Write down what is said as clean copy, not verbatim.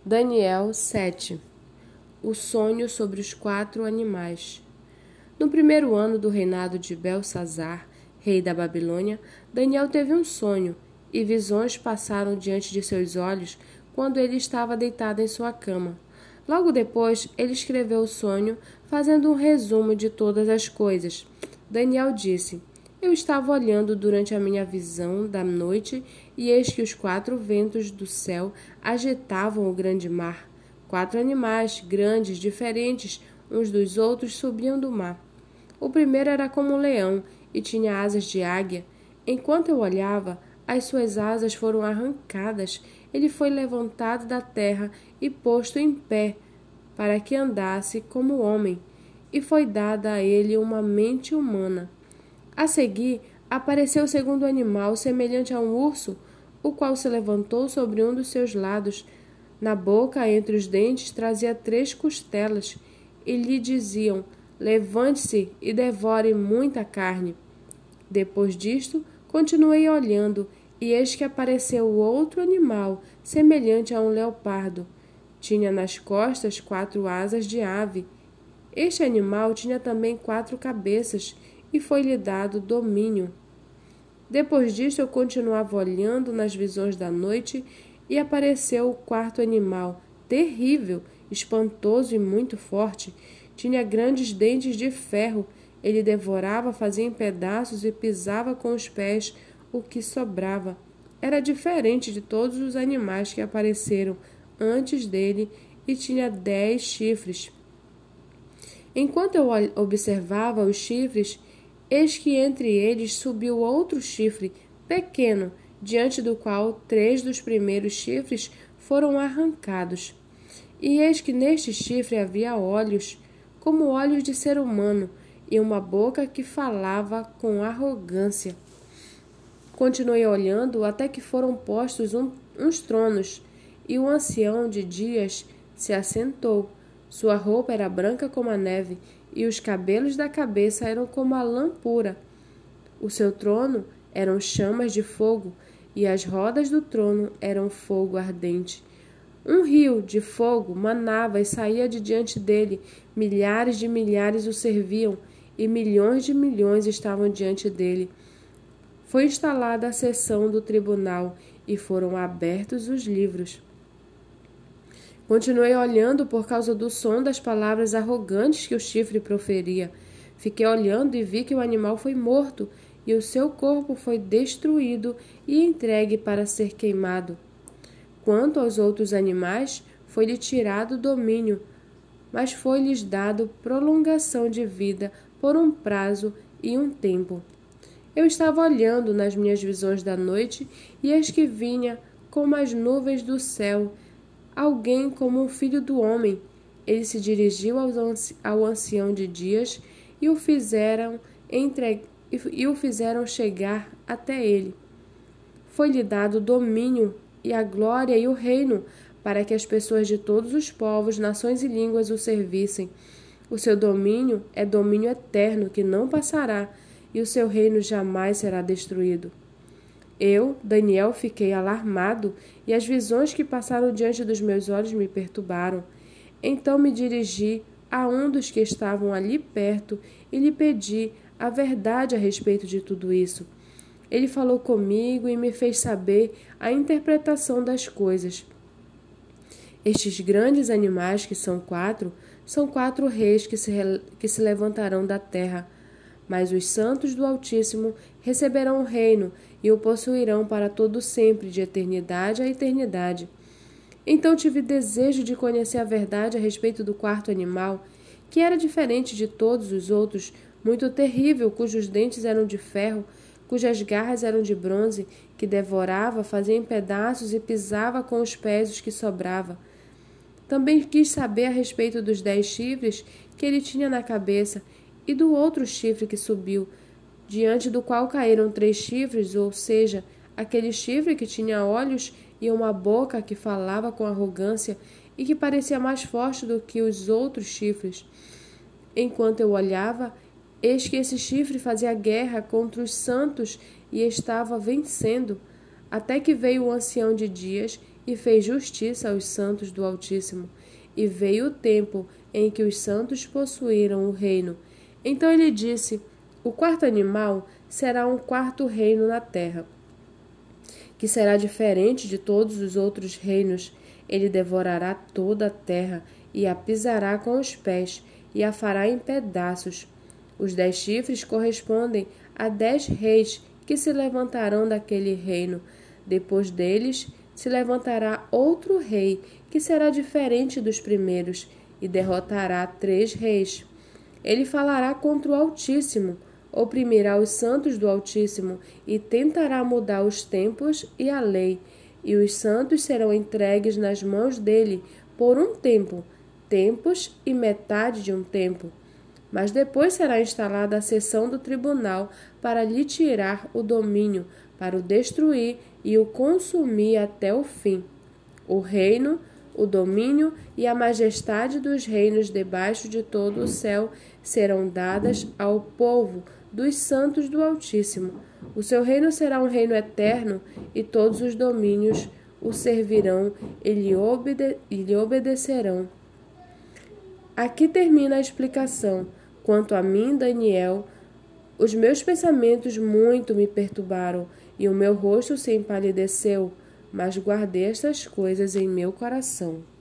Daniel 7. O sonho sobre os 4 animais. No primeiro ano do reinado de Belsazar, rei da Babilônia, Daniel teve um sonho, e visões passaram diante de seus olhos quando ele estava deitado em sua cama. Logo depois, ele escreveu o sonho, fazendo um resumo de todas as coisas. Daniel disse: Eu estava olhando durante a minha visão da noite, e eis que os 4 ventos do céu agitavam o grande mar. 4 animais, grandes, diferentes uns dos outros, subiam do mar. O primeiro era como um leão e tinha asas de águia. Enquanto eu olhava, as suas asas foram arrancadas. Ele foi levantado da terra e posto em pé, para que andasse como homem, e foi dada a ele uma mente humana. A seguir, apareceu o segundo animal, semelhante a um urso, o qual se levantou sobre um dos seus lados. Na boca, entre os dentes, trazia 3 costelas, e lhe diziam: Levante-se e devore muita carne. Depois disto, continuei olhando, e eis que apareceu outro animal, semelhante a um leopardo. Tinha nas costas 4 asas de ave. Este animal tinha também 4 cabeças, e foi-lhe dado domínio. Depois disto, eu continuava olhando nas visões da noite, e apareceu o 4º animal, terrível, espantoso e muito forte. Tinha grandes dentes de ferro. Ele devorava, fazia em pedaços e pisava com os pés o que sobrava. Era diferente de todos os animais que apareceram antes dele e tinha 10 chifres. Enquanto eu observava os chifres, eis que entre eles subiu outro chifre, pequeno, diante do qual 3 dos primeiros chifres foram arrancados. E eis que neste chifre havia olhos, como olhos de ser humano, e uma boca que falava com arrogância. Continuei olhando até que foram postos uns tronos, e o ancião de dias se assentou. Sua roupa era branca como a neve, e os cabelos da cabeça eram como a lã pura. O seu trono eram chamas de fogo, e as rodas do trono eram fogo ardente. Um rio de fogo manava e saía de diante dele. Milhares de milhares o serviam, e milhões de milhões estavam diante dele. Foi instalada a sessão do tribunal, e foram abertos os livros. Continuei olhando por causa do som das palavras arrogantes que o chifre proferia. Fiquei olhando e vi que o animal foi morto, e o seu corpo foi destruído e entregue para ser queimado. Quanto aos outros animais, foi-lhe tirado o domínio, mas foi-lhes dado prolongação de vida por um prazo e um tempo. Eu estava olhando nas minhas visões da noite, e eis que vinha, como as nuvens do céu, alguém como um filho do homem. Ele se dirigiu ao ancião de dias e o fizeram chegar até ele. Foi-lhe dado o domínio e a glória e o reino, para que as pessoas de todos os povos, nações e línguas o servissem. O seu domínio é domínio eterno, que não passará, e o seu reino jamais será destruído. Eu, Daniel, fiquei alarmado, e as visões que passaram diante dos meus olhos me perturbaram. Então me dirigi a um dos que estavam ali perto e lhe pedi a verdade a respeito de tudo isso. Ele falou comigo e me fez saber a interpretação das coisas. Estes grandes animais, que são 4, são 4 reis que se levantarão da terra. Mas os santos do Altíssimo receberão o reino e o possuirão para todo sempre, de eternidade a eternidade. Então tive desejo de conhecer a verdade a respeito do 4º animal, que era diferente de todos os outros, muito terrível, cujos dentes eram de ferro, cujas garras eram de bronze, que devorava, fazia em pedaços e pisava com os pés os que sobrava. Também quis saber a respeito dos 10 chifres que ele tinha na cabeça, e do outro chifre que subiu, diante do qual caíram 3 chifres, ou seja, aquele chifre que tinha olhos e uma boca que falava com arrogância e que parecia mais forte do que os outros chifres. Enquanto eu olhava, eis que esse chifre fazia guerra contra os santos e estava vencendo, até que veio o ancião de dias e fez justiça aos santos do Altíssimo. E veio o tempo em que os santos possuíram o reino. Então ele disse: o quarto animal será um quarto reino na terra, que será diferente de todos os outros reinos. Ele devorará toda a terra e a pisará com os pés e a fará em pedaços. Os 10 chifres correspondem a 10 reis que se levantarão daquele reino. Depois deles se levantará outro rei, que será diferente dos primeiros, e derrotará 3 reis. Ele falará contra o Altíssimo, oprimirá os santos do Altíssimo e tentará mudar os tempos e a lei. E os santos serão entregues nas mãos dele por um tempo, tempos e metade de um tempo. Mas depois será instalada a sessão do tribunal para lhe tirar o domínio, para o destruir e o consumir até o fim. O reino, o domínio e a majestade dos reinos debaixo de todo o céu serão dadas ao povo dos santos do Altíssimo. O seu reino será um reino eterno e todos os domínios o servirão e lhe obedecerão. Aqui termina a explicação. Quanto a mim, Daniel, os meus pensamentos muito me perturbaram e o meu rosto se empalideceu, mas guardei estas coisas em meu coração.